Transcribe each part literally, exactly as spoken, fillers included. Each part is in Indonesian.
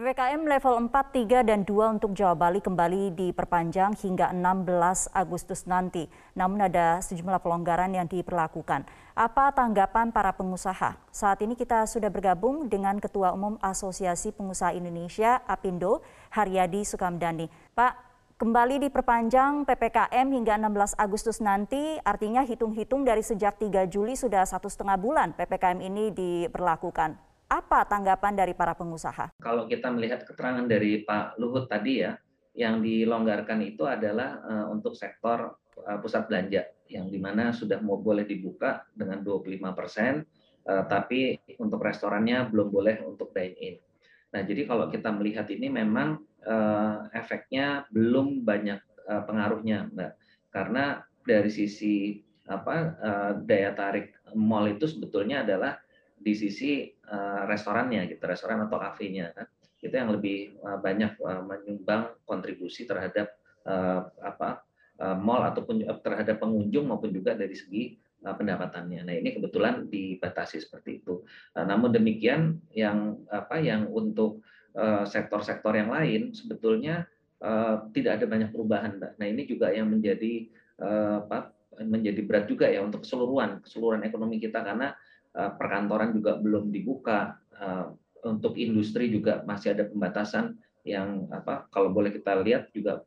P P K M level empat, tiga, dan dua untuk Jawa Bali kembali diperpanjang hingga enam belas Agustus nanti. Namun ada sejumlah pelonggaran yang diberlakukan. Apa tanggapan para pengusaha? Saat ini kita sudah bergabung dengan Ketua Umum Asosiasi Pengusaha Indonesia, Apindo, Haryadi Sukamdhani. Pak, kembali diperpanjang P P K M hingga enam belas Agustus nanti, artinya hitung-hitung dari sejak tiga Juli sudah satu setengah bulan P P K M ini diberlakukan. Apa tanggapan dari para pengusaha? Kalau kita melihat keterangan dari Pak Luhut tadi ya, yang dilonggarkan itu adalah uh, untuk sektor uh, pusat belanja, yang dimana sudah mau boleh dibuka dengan dua puluh lima persen, uh, tapi untuk restorannya belum boleh untuk dine-in. Nah, jadi kalau kita melihat ini memang uh, efeknya belum banyak uh, pengaruhnya, Mbak. Karena dari sisi apa uh, daya tarik mall itu sebetulnya adalah di sisi uh, restorannya gitu, restoran atau kafenya kan. Itu yang lebih uh, banyak uh, menyumbang kontribusi terhadap uh, apa uh, mall ataupun terhadap pengunjung maupun juga dari segi uh, pendapatannya. Nah, ini kebetulan dibatasi seperti itu. Uh, namun demikian yang apa yang untuk uh, sektor-sektor yang lain sebetulnya uh, tidak ada banyak perubahan, Mbak. Nah, ini juga yang menjadi uh, apa menjadi berat juga ya untuk keseluruhan keseluruhan ekonomi kita, karena perkantoran juga belum dibuka, untuk industri juga masih ada pembatasan yang apa kalau boleh kita lihat juga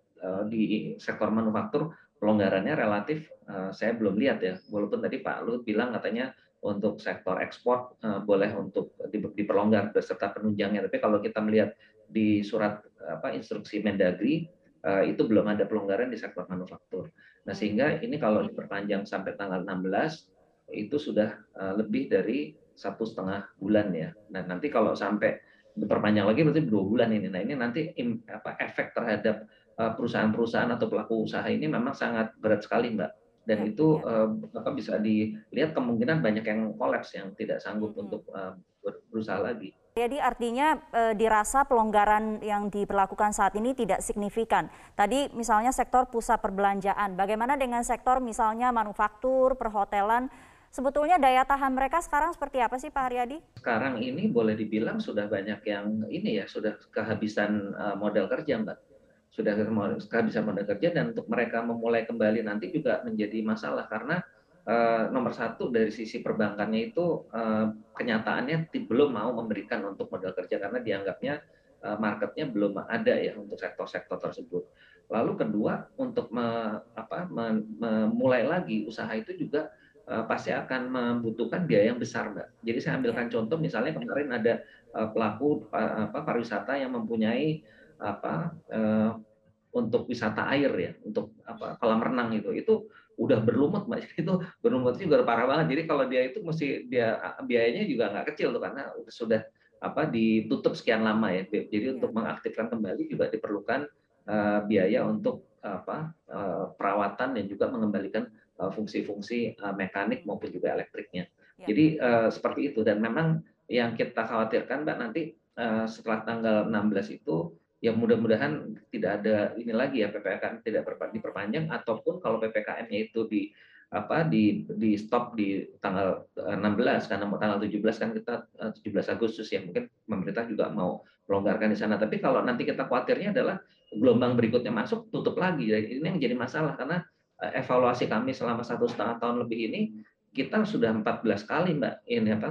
di sektor manufaktur pelonggarannya relatif saya belum lihat ya, walaupun tadi Pak Luhut bilang katanya untuk sektor ekspor boleh untuk diperlonggar beserta penunjangnya, tapi kalau kita melihat di surat apa instruksi Mendagri itu belum ada pelonggaran di sektor manufaktur. Nah, sehingga ini kalau diperpanjang sampai tanggal enam belas itu sudah uh, lebih dari satu setengah bulan ya. Nah, nanti kalau sampai diperpanjang lagi berarti dua bulan ini. Nah, ini nanti im, apa, efek terhadap uh, perusahaan-perusahaan atau pelaku usaha ini memang sangat berat sekali, Mbak. Dan Ya, itu ya. uh, apa, bisa dilihat kemungkinan banyak yang kolaps, yang tidak sanggup Mm-hmm. untuk uh, berusaha lagi. Jadi artinya e, dirasa pelonggaran yang diberlakukan saat ini tidak signifikan. Tadi misalnya sektor pusat perbelanjaan, bagaimana dengan sektor misalnya manufaktur, perhotelan? Sebetulnya daya tahan mereka sekarang seperti apa sih Pak Haryadi? Sekarang ini boleh dibilang sudah banyak yang ini ya, sudah kehabisan uh, modal kerja, Mbak. Sudah kehabisan modal kerja, dan untuk mereka memulai kembali nanti juga menjadi masalah karena uh, nomor satu dari sisi perbankannya itu uh, kenyataannya belum mau memberikan untuk modal kerja karena dianggapnya uh, marketnya belum ada ya untuk sektor-sektor tersebut. Lalu kedua, untuk me, apa, memulai lagi usaha itu juga uh, pasti akan membutuhkan biaya yang besar, Mbak. Jadi saya ambilkan Ya. contoh, misalnya kemarin ada uh, pelaku uh, apa, pariwisata yang mempunyai apa uh, untuk wisata air ya, untuk apa kolam renang itu, itu udah berlumut, Mbak. Itu berlumutnya juga parah banget. Jadi kalau dia itu mesti dia biayanya juga nggak kecil tuh, karena sudah apa ditutup sekian lama ya. Jadi untuk Ya. mengaktifkan kembali juga diperlukan uh, biaya untuk apa uh, perawatan dan juga mengembalikan uh, fungsi-fungsi uh, mekanik maupun juga elektriknya. Ya. Jadi uh, seperti itu, dan memang yang kita khawatirkan, Mbak, nanti uh, setelah tanggal enam belas itu ya mudah-mudahan tidak ada ini lagi ya, P P K M tidak diperpanjang, ataupun kalau P P K M-nya itu di apa di di stop di tanggal enam belas, karena mau tanggal tujuh belas kan kita tujuh belas Agustus ya, mungkin pemerintah juga mau melonggarkan di sana. Tapi kalau nanti kita khawatirnya adalah gelombang berikutnya masuk, tutup lagi. Ini yang jadi masalah, karena evaluasi kami selama satu setengah tahun lebih ini kita sudah empat belas kali, Mbak, ini apa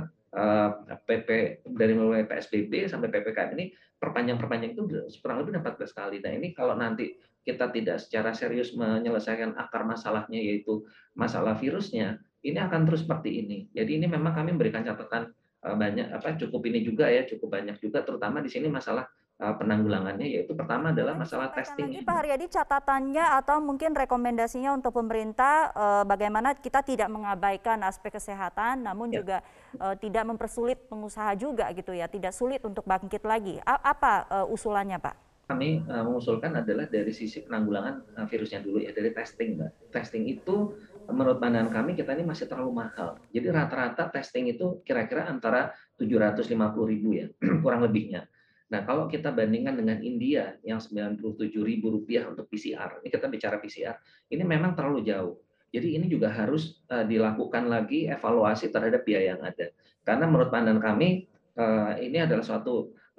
P P dari mulai P S B B sampai P P K M ini perpanjang-perpanjang itu kurang lebih empat belas kali. Nah, ini kalau nanti kita tidak secara serius menyelesaikan akar masalahnya, yaitu masalah virusnya, ini akan terus seperti ini. Jadi ini memang kami memberikan catatan banyak apa cukup ini juga ya, cukup banyak juga, terutama di sini masalah penanggulangannya, yaitu pertama adalah Boleh masalah disampaikan lagi testing. Pak Haryadi catatannya atau mungkin rekomendasinya untuk pemerintah eh, bagaimana kita tidak mengabaikan aspek kesehatan, namun Ya. juga eh, tidak mempersulit pengusaha juga gitu ya, tidak sulit untuk bangkit lagi. A apa eh, usulannya Pak? Kami uh, mengusulkan adalah dari sisi penanggulangan uh, virusnya dulu ya, dari testing, Mbak. Testing itu menurut pandangan kami kita ini masih terlalu mahal. Jadi rata-rata testing itu kira-kira antara tujuh ratus lima puluh ribu ya, kurang lebihnya. Nah, kalau kita bandingkan dengan India yang sembilan puluh tujuh ribu rupiah untuk P C R, ini kita bicara P C R, ini memang terlalu jauh. Jadi ini juga harus uh, dilakukan lagi evaluasi terhadap biaya yang ada. Karena menurut pandangan kami uh, ini adalah suatu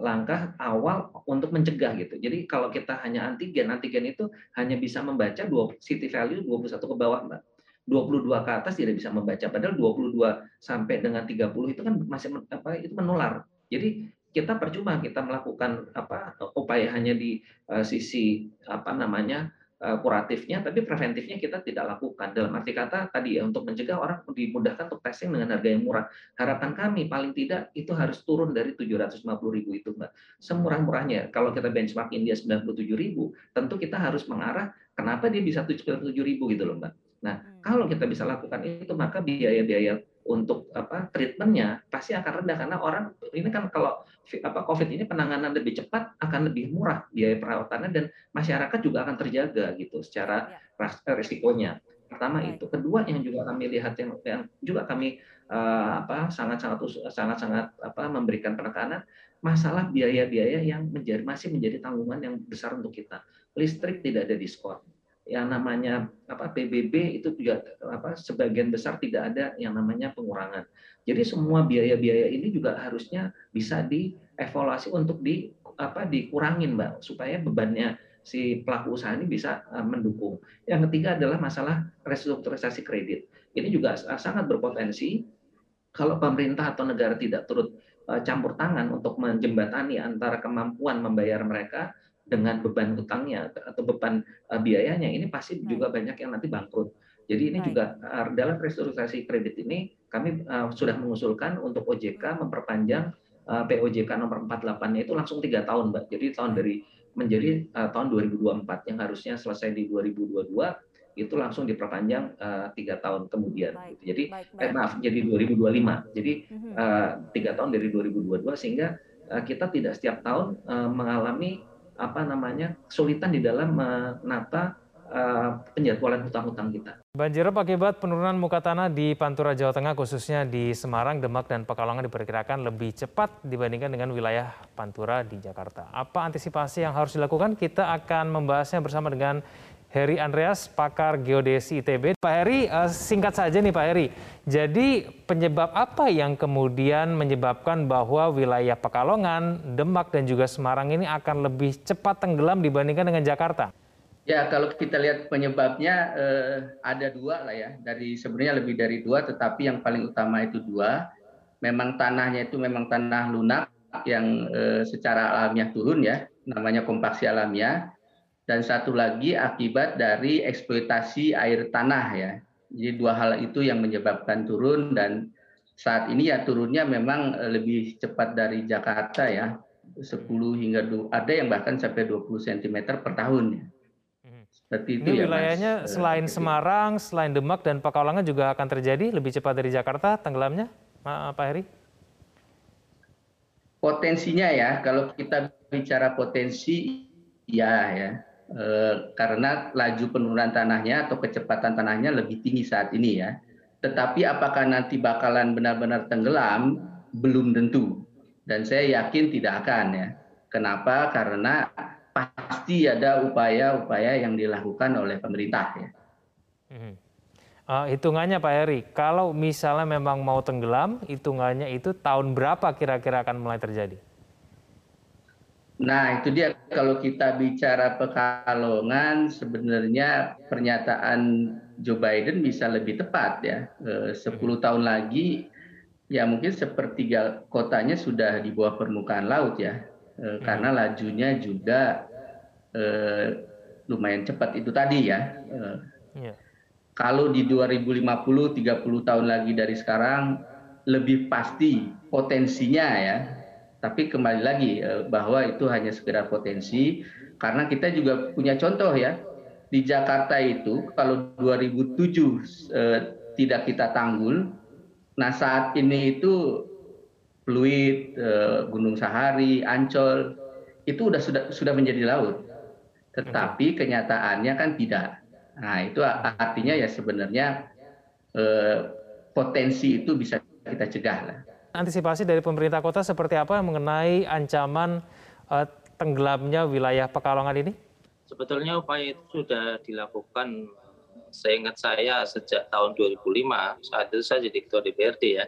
langkah awal untuk mencegah gitu. Jadi kalau kita hanya antigen, antigen itu hanya bisa membaca dua city value dua puluh satu ke bawah, Mbak. dua puluh dua ke atas tidak bisa membaca, padahal dua puluh dua sampai dengan tiga puluh itu kan masih apa itu menular. Jadi kita percuma kita melakukan apa upaya hanya di uh, sisi apa namanya uh, kuratifnya, tapi preventifnya kita tidak lakukan. Dalam arti kata tadi ya untuk mencegah orang dimudahkan untuk testing dengan harga yang murah. Harapan kami paling tidak itu harus turun dari tujuh ratus lima puluh ribu itu, Mbak. Semurah-murahnya. Kalau kita benchmark India sembilan puluh tujuh ribu, tentu kita harus mengarah kenapa dia bisa tujuh puluh tujuh ribu gitu loh, Mbak. Nah, kalau kita bisa lakukan itu, maka biaya-biaya untuk apa treatmentnya pasti akan rendah karena orang ini kan kalau apa COVID ini penanganan lebih cepat akan lebih murah biaya perawatannya dan masyarakat juga akan terjaga gitu secara Ya, risikonya. Pertama baik. itu, kedua yang juga kami lihat yang, yang juga kami uh, apa sangat-sangat sangat-sangat apa memberikan penekanan masalah biaya-biaya yang menjadi masih menjadi tanggungan yang besar untuk kita. Listrik Hmm, tidak ada diskon, yang namanya apa P B B itu juga apa sebagian besar tidak ada yang namanya pengurangan. Jadi semua biaya-biaya ini juga harusnya bisa dievaluasi untuk di apa dikurangin, Mbak, supaya bebannya si pelaku usaha ini bisa uh, mendukung. Yang ketiga adalah masalah restrukturisasi kredit. Ini juga sangat berpotensi kalau pemerintah atau negara tidak turut uh, campur tangan untuk menjembatani antara kemampuan membayar mereka dengan beban hutangnya atau beban uh, biayanya, ini pasti baik, juga banyak yang nanti bangkrut. Jadi ini baik. juga uh, dalam restrukturisasi kredit ini kami uh, sudah mengusulkan untuk O J K Hmm, memperpanjang uh, P O J K nomor empat puluh delapan-nya itu langsung tiga tahun, Mbak. Jadi tahun baik. dari menjadi uh, tahun dua ribu dua puluh empat yang harusnya selesai di dua ribu dua puluh dua itu langsung diperpanjang uh, tiga tahun kemudian. Baik, Gitu. Jadi baik, eh, baik. maaf jadi dua ribu dua puluh lima. Jadi Mhm. uh, tiga tahun dari dua ribu dua puluh dua sehingga uh, kita tidak setiap tahun uh, mengalami apa namanya kesulitan di dalam menata uh, penjadwalan hutang-hutang kita. Banjirop akibat penurunan muka tanah di Pantura, Jawa Tengah, khususnya di Semarang, Demak, dan Pekalongan diperkirakan lebih cepat dibandingkan dengan wilayah Pantura di Jakarta. Apa antisipasi yang harus dilakukan? Kita akan membahasnya bersama dengan Heri Andreas, pakar geodesi I T B. Pak Heri, singkat saja nih Pak Heri. Jadi penyebab apa yang kemudian menyebabkan bahwa wilayah Pekalongan, Demak, dan juga Semarang ini akan lebih cepat tenggelam dibandingkan dengan Jakarta? Ya, kalau kita lihat penyebabnya eh, ada dua lah ya. Dari sebenarnya lebih dari dua, tetapi yang paling utama itu dua. Memang tanahnya itu memang tanah lunak yang eh, secara alamiah turun ya, namanya kompaksi alamiah. Dan satu lagi akibat dari eksploitasi air tanah ya. Jadi dua hal itu yang menyebabkan turun dan saat ini ya turunnya memang lebih cepat dari Jakarta ya. sepuluh hingga dua, ada yang bahkan sampai dua puluh sentimeter per tahun ya. Seperti itu Ini ya Mas. wilayahnya eh, selain Kevin. Semarang, selain Demak dan Pekalongan juga akan terjadi lebih cepat dari Jakarta tenggelamnya, Pak Heri? Potensinya ya, kalau kita bicara potensi, ya ya, eh, karena laju penurunan tanahnya atau kecepatan tanahnya lebih tinggi saat ini ya. Tetapi apakah nanti bakalan benar-benar tenggelam, belum tentu. Dan saya yakin tidak akan ya. Kenapa? Karena pasti ada upaya-upaya yang dilakukan oleh pemerintah ya. Hmm. Uh, hitungannya Pak Heri, kalau misalnya memang mau tenggelam, hitungannya itu tahun berapa kira-kira akan mulai terjadi? Nah, itu dia kalau kita bicara Pekalongan, sebenarnya pernyataan Joe Biden bisa lebih tepat ya. Eh, sepuluh tahun lagi, ya mungkin sepertiga kotanya sudah di bawah permukaan laut ya. Eh, karena lajunya juga eh, lumayan cepat itu tadi ya. Eh, Yeah. Kalau di dua ribu lima puluh, tiga puluh tahun lagi dari sekarang, lebih pasti potensinya ya. Tapi kembali lagi bahwa itu hanya sekedar potensi, karena kita juga punya contoh ya. Di Jakarta itu kalau dua ribu tujuh eh, tidak kita tanggul, nah saat ini itu Pluit, eh, Gunung Sahari, Ancol, itu sudah sudah sudah menjadi laut. Tetapi kenyataannya kan tidak. Nah, itu artinya ya sebenarnya eh, potensi itu bisa kita cegah lah. Antisipasi dari pemerintah kota seperti apa mengenai ancaman uh, tenggelamnya wilayah Pekalongan ini? Sebetulnya upaya itu sudah dilakukan, seingat saya sejak tahun dua ribu lima, saat itu saya jadi ketua D P R D ya.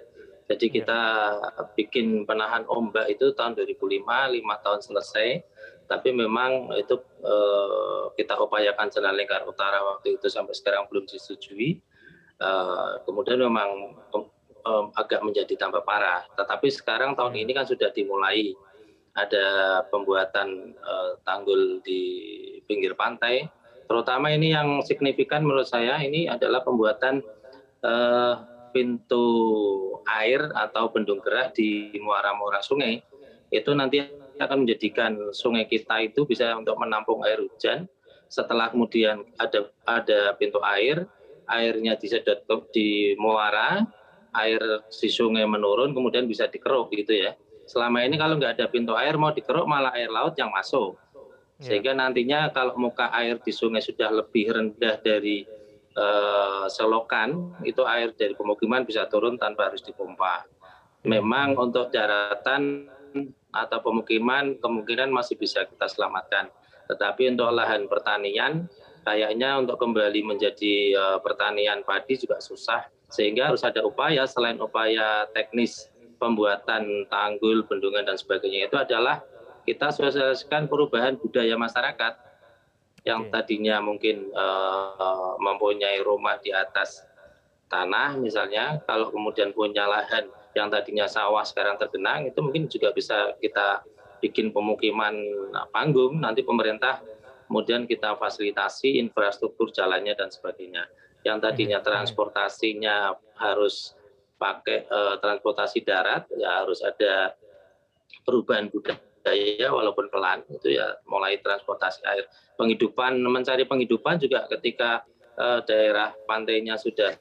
Jadi kita bikin penahan ombak itu tahun dua ribu lima, lima tahun selesai. Tapi memang itu eh, kita upayakan Jalan Lingkar Utara waktu itu sampai sekarang belum disetujui. Eh, kemudian memang eh, agak menjadi tambah parah. Tetapi sekarang tahun ini kan sudah dimulai ada pembuatan eh, tanggul di pinggir pantai. Terutama ini yang signifikan menurut saya ini adalah pembuatan eh, pintu air atau bendung gerak di muara-muara sungai. Itu nanti akan menjadikan sungai kita itu bisa untuk menampung air hujan. Setelah kemudian ada ada pintu air, airnya disedot di muara, air di sungai menurun, kemudian bisa dikeruk gitu ya. Selama ini kalau nggak ada pintu air, mau dikeruk malah air laut yang masuk. Sehingga nantinya kalau muka air di sungai sudah lebih rendah dari uh, selokan, itu air dari pemukiman bisa turun tanpa harus dipompa. Memang untuk daratan atau pemukiman kemungkinan masih bisa kita selamatkan. Tetapi untuk lahan pertanian, kayaknya untuk kembali menjadi uh, pertanian padi juga susah. Sehingga harus ada upaya, selain upaya teknis pembuatan tanggul, bendungan, dan sebagainya, itu adalah kita sosialisasikan perubahan budaya masyarakat yang tadinya mungkin uh, mempunyai rumah di atas tanah misalnya, kalau kemudian punya lahan yang tadinya sawah sekarang tergenang, itu mungkin juga bisa kita bikin pemukiman panggung, nanti pemerintah kemudian kita fasilitasi infrastruktur jalannya dan sebagainya. Yang tadinya transportasinya harus pakai eh, transportasi darat, ya harus ada perubahan budaya walaupun pelan, itu ya mulai transportasi air. Penghidupan, mencari penghidupan juga ketika eh, daerah pantainya sudah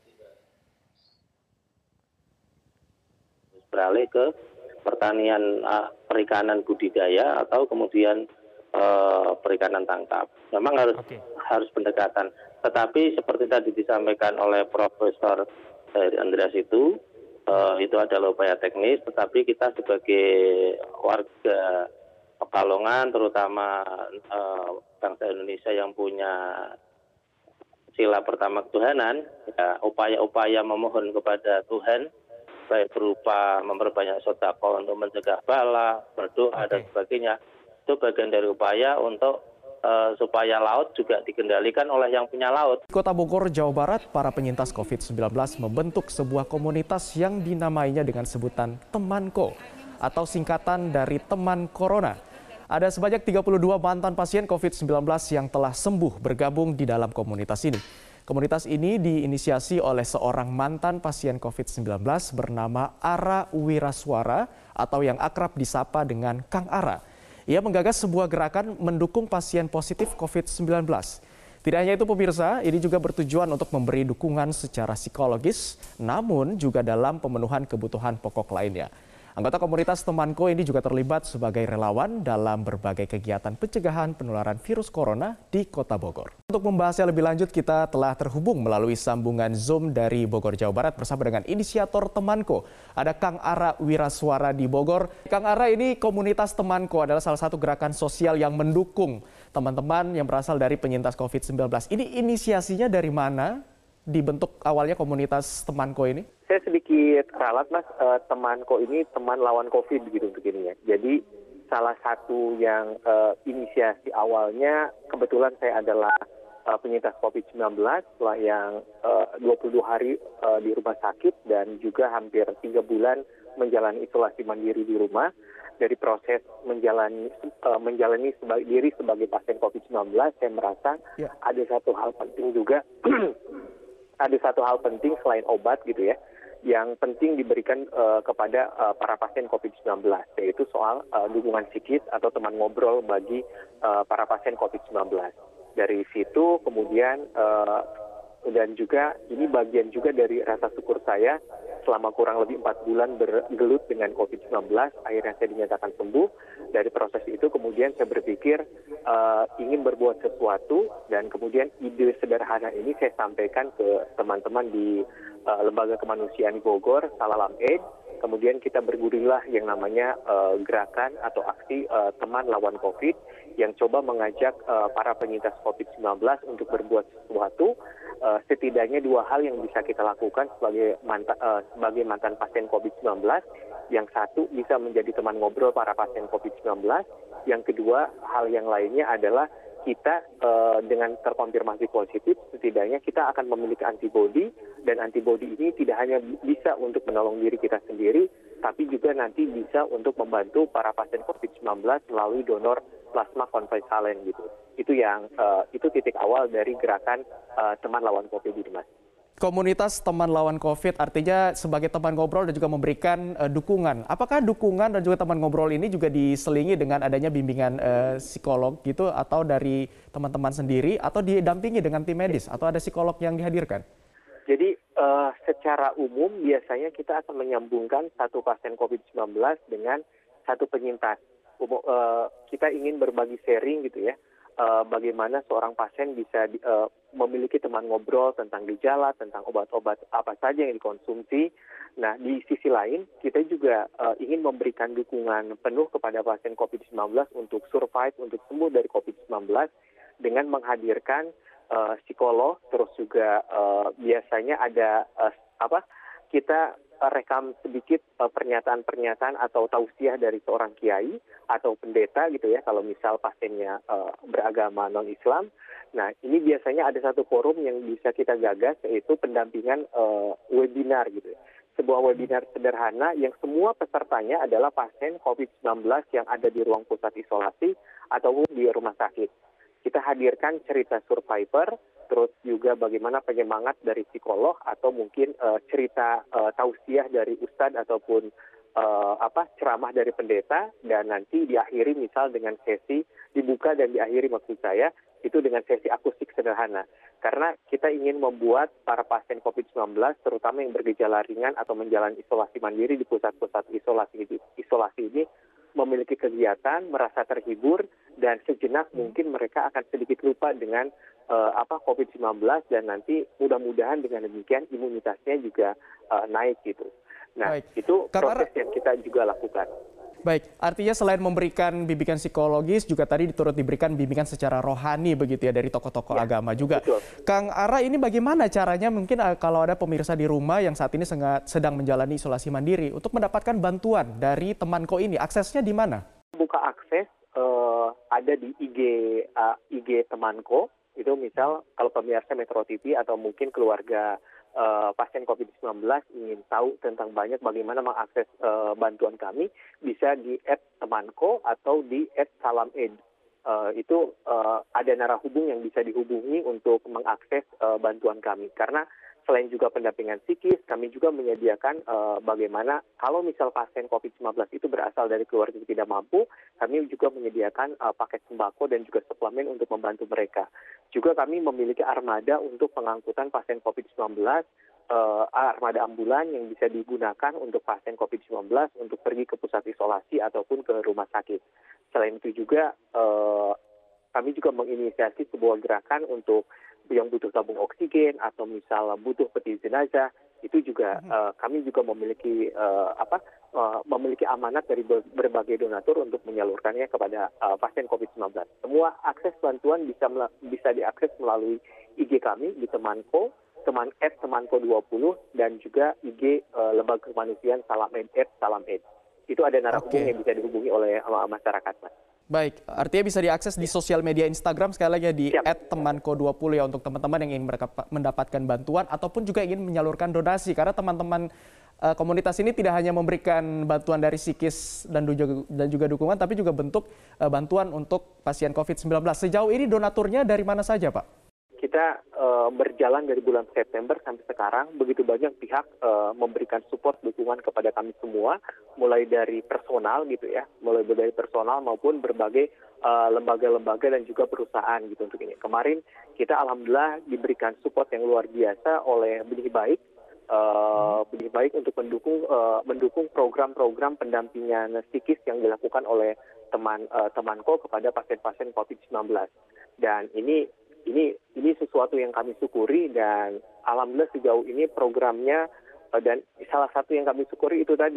beralih ke pertanian uh, perikanan budidaya atau kemudian uh, perikanan tangkap. Memang harus okay. harus pendekatan. Tetapi seperti tadi disampaikan oleh Profesor dari Andreas itu, uh, itu adalah upaya teknis. Tetapi kita sebagai warga Pekalongan, terutama uh, bangsa Indonesia yang punya sila pertama ketuhanan, ya, upaya-upaya memohon kepada Tuhan, baik berupa memperbanyak sedekah untuk mencegah bala, berdoa okay. dan sebagainya, itu bagian dari upaya untuk uh, supaya laut juga dikendalikan oleh yang punya laut. Di Kota Bogor, Jawa Barat, para penyintas covid sembilan belas membentuk sebuah komunitas yang dinamainya dengan sebutan Temanko atau singkatan dari Teman Corona. Ada sebanyak tiga puluh dua mantan pasien covid sembilan belas yang telah sembuh bergabung di dalam komunitas ini. Komunitas ini diinisiasi oleh seorang mantan pasien covid sembilan belas bernama Ara Wiraswara atau yang akrab disapa dengan Kang Ara. Ia menggagas sebuah gerakan mendukung pasien positif covid sembilan belas. Tidak hanya itu pemirsa, ini juga bertujuan untuk memberi dukungan secara psikologis, namun juga dalam pemenuhan kebutuhan pokok lainnya. Anggota komunitas Temanko ini juga terlibat sebagai relawan dalam berbagai kegiatan pencegahan penularan virus corona di Kota Bogor. Untuk membahasnya lebih lanjut, kita telah terhubung melalui sambungan Zoom dari Bogor, Jawa Barat bersama dengan inisiator Temanko. Ada Kang Ara Wiraswara di Bogor. Kang Ara, ini komunitas Temanko adalah salah satu gerakan sosial yang mendukung teman-teman yang berasal dari penyintas covid sembilan belas. Ini inisiasinya dari mana? Dibentuk awalnya komunitas Temanko ini? Saya sedikit ralat mas, uh, Temanko ini teman lawan COVID begitu begini ya. Jadi salah satu yang uh, inisiasi awalnya kebetulan saya adalah uh, penyintas covid sembilan belas setelah yang uh, dua puluh dua hari uh, di rumah sakit dan juga hampir tiga bulan menjalani isolasi mandiri di rumah. Dari proses menjalani uh, menjalani sebagai diri sebagai pasien covid sembilan belas, saya merasa yeah. ada satu hal penting juga. Ada satu hal penting selain obat gitu ya, yang penting diberikan uh, kepada uh, para pasien covid sembilan belas, yaitu soal uh, dukungan psikis atau teman ngobrol bagi uh, para pasien covid sembilan belas. Dari situ kemudian uh, dan juga ini bagian juga dari rasa syukur saya selama kurang lebih empat bulan bergelut dengan covid sembilan belas, akhirnya saya dinyatakan sembuh. Dari proses itu kemudian saya berpikir uh, ingin berbuat sesuatu dan kemudian ide sederhana ini saya sampaikan ke teman-teman di uh, Lembaga Kemanusiaan Bogor, Salalam Aid. Kemudian kita bergulirlah yang namanya uh, gerakan atau aksi uh, teman lawan COVID yang coba mengajak uh, para penyintas covid sembilan belas untuk berbuat sesuatu. Uh, setidaknya dua hal yang bisa kita lakukan sebagai mantan, uh, sebagai mantan pasien covid sembilan belas. Yang satu, bisa menjadi teman ngobrol para pasien covid sembilan belas. Yang kedua, hal yang lainnya adalah kita uh, dengan terkonfirmasi positif, setidaknya kita akan memiliki antibodi, dan antibodi ini tidak hanya bisa untuk menolong diri kita sendiri, tapi juga nanti bisa untuk membantu para pasien covid sembilan belas melalui donor plasma konvalesalen gitu. Itu yang uh, itu titik awal dari gerakan uh, teman lawan COVID ini, Mas. Komunitas teman lawan COVID artinya sebagai teman ngobrol dan juga memberikan uh, dukungan. Apakah dukungan dan juga teman ngobrol ini juga diselingi dengan adanya bimbingan uh, psikolog gitu, atau dari teman-teman sendiri, atau didampingi dengan tim medis, atau ada psikolog yang dihadirkan? Jadi uh, secara umum biasanya kita akan menyambungkan satu pasien covid sembilan belas dengan satu penyintas. Uh, kita ingin berbagi sharing gitu ya. Uh, bagaimana seorang pasien bisa di, uh, memiliki teman ngobrol tentang gejala, tentang obat-obat apa saja yang dikonsumsi. Nah, di sisi lain, kita juga uh, ingin memberikan dukungan penuh kepada pasien covid sembilan belas untuk survive, untuk sembuh dari covid sembilan belas dengan menghadirkan uh, psikolog, terus juga uh, biasanya ada uh, apa? Kita rekam sedikit uh, pernyataan-pernyataan atau tausiah dari seorang kiai atau pendeta gitu ya, kalau misal pasiennya uh, beragama non-Islam. Nah, ini biasanya ada satu forum yang bisa kita gagas, yaitu pendampingan uh, webinar gitu ya. Sebuah webinar sederhana yang semua pesertanya adalah pasien covid sembilan belas yang ada di ruang pusat isolasi ataupun di rumah sakit. Kita hadirkan cerita survivor, terus juga bagaimana penyemangat dari psikolog, atau mungkin uh, cerita uh, tausiah dari ustadz ataupun uh, apa ceramah dari pendeta, dan nanti diakhiri misal dengan sesi dibuka dan diakhiri maksud saya itu dengan sesi akustik sederhana. Karena kita ingin membuat para pasien covid sembilan belas, terutama yang bergejala ringan atau menjalani isolasi mandiri di pusat-pusat isolasi isolasi ini, memiliki kegiatan, merasa terhibur, dan sejenak mungkin mereka akan sedikit lupa dengan uh, apa covid sembilan belas, dan nanti mudah-mudahan dengan demikian imunitasnya juga uh, naik gitu. Nah, baik, itu proses yang kita juga lakukan. Baik, artinya selain memberikan bimbingan psikologis, juga tadi turut diberikan bimbingan secara rohani begitu ya dari tokoh-tokoh ya, agama juga. Betul. Kang Ara, ini bagaimana caranya mungkin kalau ada pemirsa di rumah yang saat ini sedang menjalani isolasi mandiri untuk mendapatkan bantuan dari Temanko ini, aksesnya di mana? Buka akses uh, ada di I G uh, I G Temanko, itu misal kalau pemirsa Metro T V atau mungkin keluarga Uh, pasien covid sembilan belas ingin tahu tentang banyak bagaimana mengakses uh, bantuan kami, bisa di et temanko atau di et salamed. Uh, itu uh, ada narahubung yang bisa dihubungi untuk mengakses uh, bantuan kami. Karena selain juga pendampingan psikis, kami juga menyediakan uh, bagaimana kalau misal pasien covid sembilan belas itu berasal dari keluarga yang tidak mampu, kami juga menyediakan uh, paket sembako dan juga suplemen untuk membantu mereka. Juga kami memiliki armada untuk pengangkutan pasien covid sembilan belas, uh, armada ambulan yang bisa digunakan untuk pasien covid sembilan belas untuk pergi ke pusat isolasi ataupun ke rumah sakit. Selain itu juga uh, kami juga menginisiasi sebuah gerakan untuk yang butuh tabung oksigen atau misal butuh peti jenazah, itu juga mm-hmm. uh, kami juga memiliki uh, apa uh, memiliki amanat dari berbagai donatur untuk menyalurkannya kepada uh, pasien covid sembilan belas. Semua akses bantuan bisa bisa diakses melalui I G kami di Temanko, teman et temanko dua puluh, dan juga I G uh, lembaga kemanusiaan Salamed et Salamed. Itu ada narasumber okay. yang bisa dihubungi oleh uh, masyarakat, Mas. Baik, artinya bisa diakses di sosial media Instagram sekali lagi di et temanko dua puluh ya untuk teman-teman yang ingin mendapatkan bantuan ataupun juga ingin menyalurkan donasi, karena teman-teman uh, komunitas ini tidak hanya memberikan bantuan dari psikis dan juga, dan juga dukungan, tapi juga bentuk uh, bantuan untuk pasien covid sembilan belas. Sejauh ini donaturnya dari mana saja, Pak? Kita uh, berjalan dari bulan September sampai sekarang, begitu banyak pihak uh, memberikan support dukungan kepada kami semua, mulai dari personal gitu ya, mulai dari personal maupun berbagai uh, lembaga-lembaga dan juga perusahaan gitu untuk ini. Kemarin kita alhamdulillah diberikan support yang luar biasa oleh Benih Baik, uh, Benih Baik untuk mendukung uh, mendukung program-program pendampingan psikis yang dilakukan oleh teman uh, Temanko kepada pasien-pasien covid sembilan belas. Dan ini Ini ini sesuatu yang kami syukuri, dan alhamdulillah sejauh ini programnya, dan salah satu yang kami syukuri itu tadi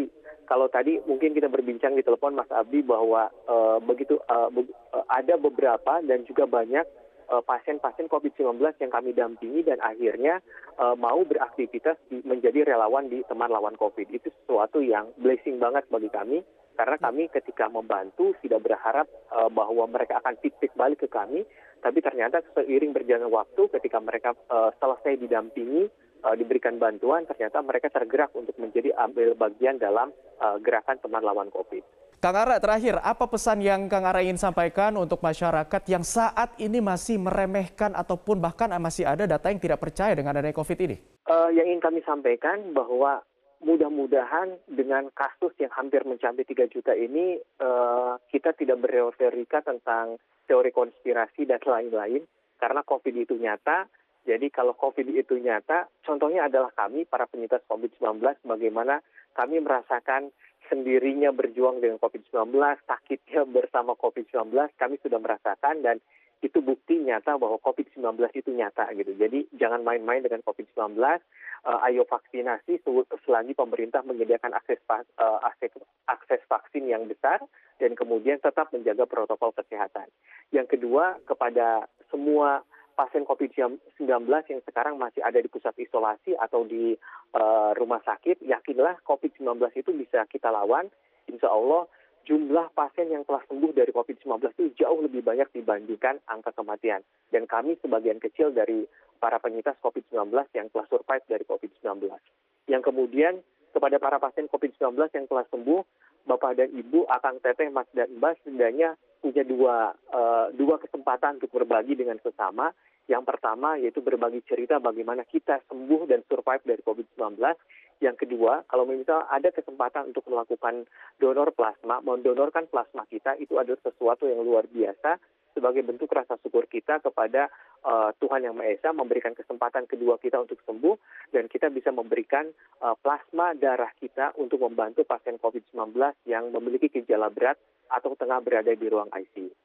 kalau tadi mungkin kita berbincang di telepon Mas Abdi bahwa uh, begitu uh, be uh, ada beberapa dan juga banyak pasien-pasien uh, COVID sembilan belas yang kami dampingi dan akhirnya uh, mau beraktivitas di, menjadi relawan di teman lawan COVID. Itu sesuatu yang blessing banget bagi kami karena kami ketika membantu tidak berharap uh, bahwa mereka akan feedback balik ke kami, tapi ternyata seiring berjalan waktu ketika mereka uh, selesai didampingi, uh, diberikan bantuan, ternyata mereka tergerak untuk menjadi ambil bagian dalam uh, gerakan teman lawan COVID. Kang Ara, terakhir, apa pesan yang Kang Ara ingin sampaikan untuk masyarakat yang saat ini masih meremehkan ataupun bahkan masih ada data yang tidak percaya dengan adanya COVID ini? Uh, yang ingin kami sampaikan bahwa mudah-mudahan dengan kasus yang hampir mencapai tiga juta ini, uh, kita tidak beretorika tentang teori konspirasi dan lain-lain, karena COVID itu nyata. Jadi kalau COVID itu nyata, contohnya adalah kami, para penyintas COVID sembilan belas, bagaimana kami merasakan sendirinya berjuang dengan COVID sembilan belas, sakitnya bersama COVID sembilan belas, kami sudah merasakan dan itu bukti nyata bahwa COVID sembilan belas itu nyata gitu. Jadi jangan main-main dengan COVID sembilan belas, uh, ayo vaksinasi selagi pemerintah menyediakan akses, uh, akses, akses vaksin yang besar dan kemudian tetap menjaga protokol kesehatan. Yang kedua, kepada semua pasien COVID sembilan belas yang sekarang masih ada di pusat isolasi atau di uh, rumah sakit, yakinlah COVID sembilan belas itu bisa kita lawan. Insya Allah jumlah pasien yang telah sembuh dari COVID sembilan belas itu jauh lebih banyak dibandingkan angka kematian. Dan kami sebagian kecil dari para penyintas COVID sembilan belas yang telah survive dari COVID sembilan belas. Yang kemudian kepada para pasien COVID sembilan belas yang telah sembuh, Bapak dan Ibu, Akang Teteh, Mas dan Mbak setidaknya punya dua, uh, dua kesempatan untuk berbagi dengan sesama. Yang pertama yaitu berbagi cerita bagaimana kita sembuh dan survive dari COVID sembilan belas. Yang kedua, kalau misalnya ada kesempatan untuk melakukan donor plasma, mendonorkan plasma kita, itu adalah sesuatu yang luar biasa sebagai bentuk rasa syukur kita kepada uh, Tuhan Yang Maha Esa memberikan kesempatan kedua kita untuk sembuh dan kita bisa memberikan uh, plasma darah kita untuk membantu pasien COVID sembilan belas yang memiliki gejala berat atau tengah berada di ruang I C U.